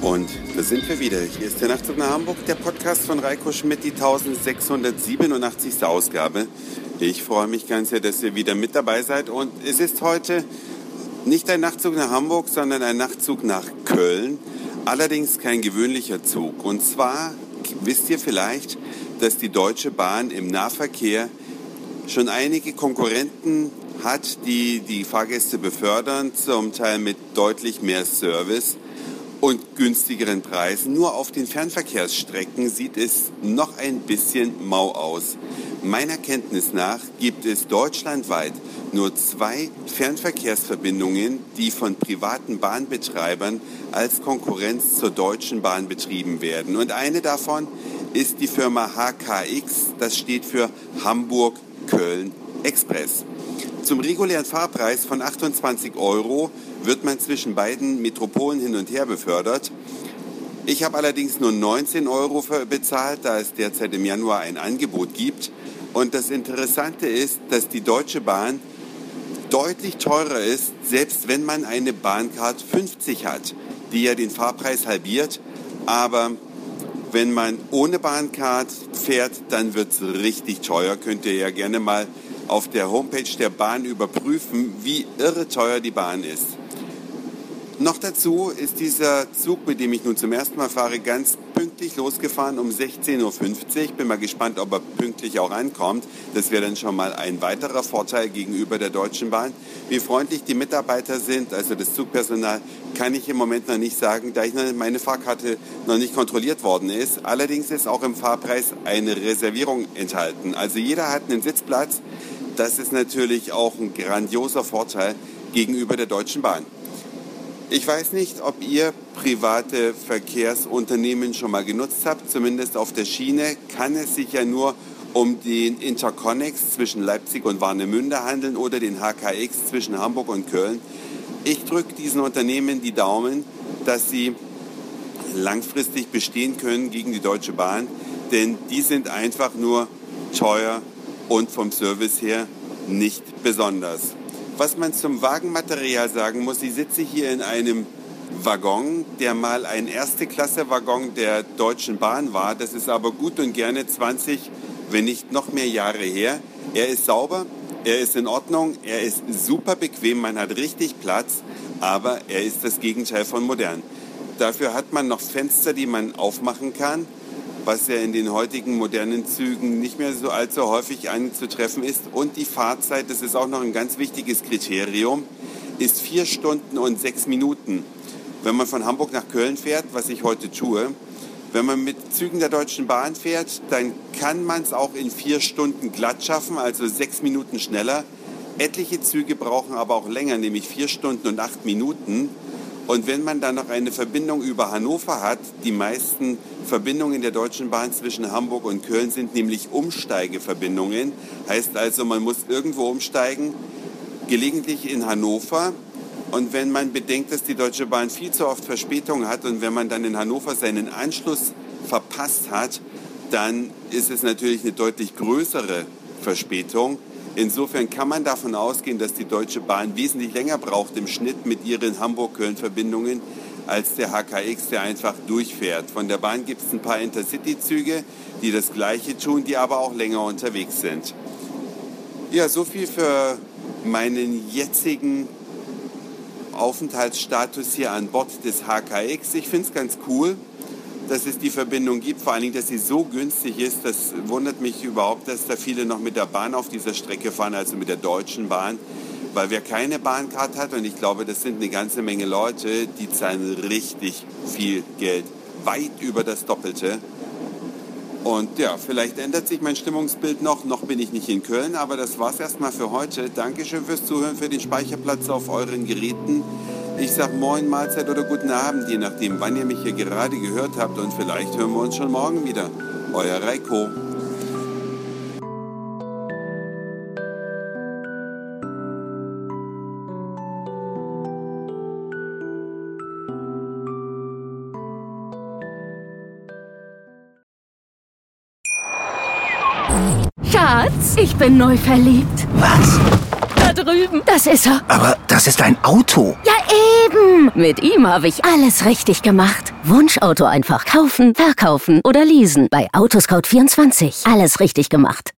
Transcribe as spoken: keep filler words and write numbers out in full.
Und da sind wir wieder. Hier ist der Nachtzug nach Hamburg, der Podcast von Reiko Schmidt, die eintausendsechshundertsiebenundachtzigste Ausgabe. Ich freue mich ganz sehr, dass ihr wieder mit dabei seid. Und es ist heute nicht ein Nachtzug nach Hamburg, sondern ein Nachtzug nach Köln. Allerdings kein gewöhnlicher Zug. Und zwar wisst ihr vielleicht, dass die Deutsche Bahn im Nahverkehr schon einige Konkurrenten hat, die die Fahrgäste befördern, zum Teil mit deutlich mehr Service und günstigeren Preisen. Nur auf den Fernverkehrsstrecken sieht es noch ein bisschen mau aus. Meiner Kenntnis nach gibt es deutschlandweit nur zwei Fernverkehrsverbindungen, die von privaten Bahnbetreibern als Konkurrenz zur Deutschen Bahn betrieben werden. Und eine davon ist die Firma H K X, das steht für Hamburg-Köln Express. Zum regulären Fahrpreis von achtundzwanzig Euro wird man zwischen beiden Metropolen hin und her befördert. Ich habe allerdings nur neunzehn Euro bezahlt, da es derzeit im Januar ein Angebot gibt. Und das Interessante ist, dass die Deutsche Bahn deutlich teurer ist, selbst wenn man eine Bahncard fünfzig hat, die ja den Fahrpreis halbiert. Aber wenn man ohne Bahncard fährt, dann wird es richtig teuer. Könnt ihr ja gerne mal auf der Homepage der Bahn überprüfen, wie irre teuer die Bahn ist. Noch dazu ist dieser Zug, mit dem ich nun zum ersten Mal fahre, ganz pünktlich losgefahren um sechzehn Uhr fünfzig. Bin mal gespannt, ob er pünktlich auch ankommt. Das wäre dann schon mal ein weiterer Vorteil gegenüber der Deutschen Bahn. Wie freundlich die Mitarbeiter sind, also das Zugpersonal, kann ich im Moment noch nicht sagen, da ich meine Fahrkarte noch nicht kontrolliert worden ist. Allerdings ist auch im Fahrpreis eine Reservierung enthalten. Also jeder hat einen Sitzplatz. Das ist natürlich auch ein grandioser Vorteil gegenüber der Deutschen Bahn. Ich weiß nicht, ob ihr private Verkehrsunternehmen schon mal genutzt habt. Zumindest auf der Schiene kann es sich ja nur um den Interconnex zwischen Leipzig und Warnemünde handeln oder den H K X zwischen Hamburg und Köln. Ich drücke diesen Unternehmen die Daumen, dass sie langfristig bestehen können gegen die Deutsche Bahn, denn die sind einfach nur teuer und vom Service her nicht besonders. Was man zum Wagenmaterial sagen muss, ich sitze hier in einem Waggon, der mal ein Erste-Klasse-Waggon der Deutschen Bahn war. Das ist aber gut und gerne zwanzig, wenn nicht noch mehr Jahre her. Er ist sauber, er ist in Ordnung, er ist super bequem, man hat richtig Platz, aber er ist das Gegenteil von modern. Dafür hat man noch Fenster, die man aufmachen kann, was ja in den heutigen modernen Zügen nicht mehr so allzu häufig anzutreffen ist. Und die Fahrzeit, das ist auch noch ein ganz wichtiges Kriterium, ist vier Stunden und sechs Minuten. Wenn man von Hamburg nach Köln fährt, was ich heute tue, wenn man mit Zügen der Deutschen Bahn fährt, dann kann man es auch in vier Stunden glatt schaffen, also sechs Minuten schneller. Etliche Züge brauchen aber auch länger, nämlich vier Stunden und acht Minuten. Und wenn man dann noch eine Verbindung über Hannover hat, die meisten Verbindungen der Deutschen Bahn zwischen Hamburg und Köln sind nämlich Umsteigeverbindungen. Heißt also, man muss irgendwo umsteigen, gelegentlich in Hannover. Und wenn man bedenkt, dass die Deutsche Bahn viel zu oft Verspätung hat und wenn man dann in Hannover seinen Anschluss verpasst hat, dann ist es natürlich eine deutlich größere Verspätung. Insofern kann man davon ausgehen, dass die Deutsche Bahn wesentlich länger braucht im Schnitt mit ihren Hamburg-Köln-Verbindungen als der H K X, der einfach durchfährt. Von der Bahn gibt es ein paar Intercity-Züge, die das Gleiche tun, die aber auch länger unterwegs sind. Ja, so viel für meinen jetzigen Aufenthaltsstatus hier an Bord des H K X. Ich finde es ganz cool, dass es die Verbindung gibt, vor allen Dingen, dass sie so günstig ist. Das wundert mich überhaupt, dass da viele noch mit der Bahn auf dieser Strecke fahren, also mit der Deutschen Bahn. Weil wer keine Bahncard hat, und ich glaube, das sind eine ganze Menge Leute, die zahlen richtig viel Geld, weit über das Doppelte. Und ja, vielleicht ändert sich mein Stimmungsbild noch. Noch bin ich nicht in Köln, aber das war's erstmal für heute. Dankeschön fürs Zuhören, für den Speicherplatz auf euren Geräten. Ich sag Moin, Mahlzeit oder guten Abend, je nachdem, wann ihr mich hier gerade gehört habt. Und vielleicht hören wir uns schon morgen wieder. Euer Reiko. Schatz, ich bin neu verliebt. Was? Da drüben. Das ist er. Aber das ist ein Auto. Ja, eben. Mit ihm habe ich alles richtig gemacht. Wunschauto einfach kaufen, verkaufen oder leasen. Bei Autoscout vierundzwanzig. Alles richtig gemacht.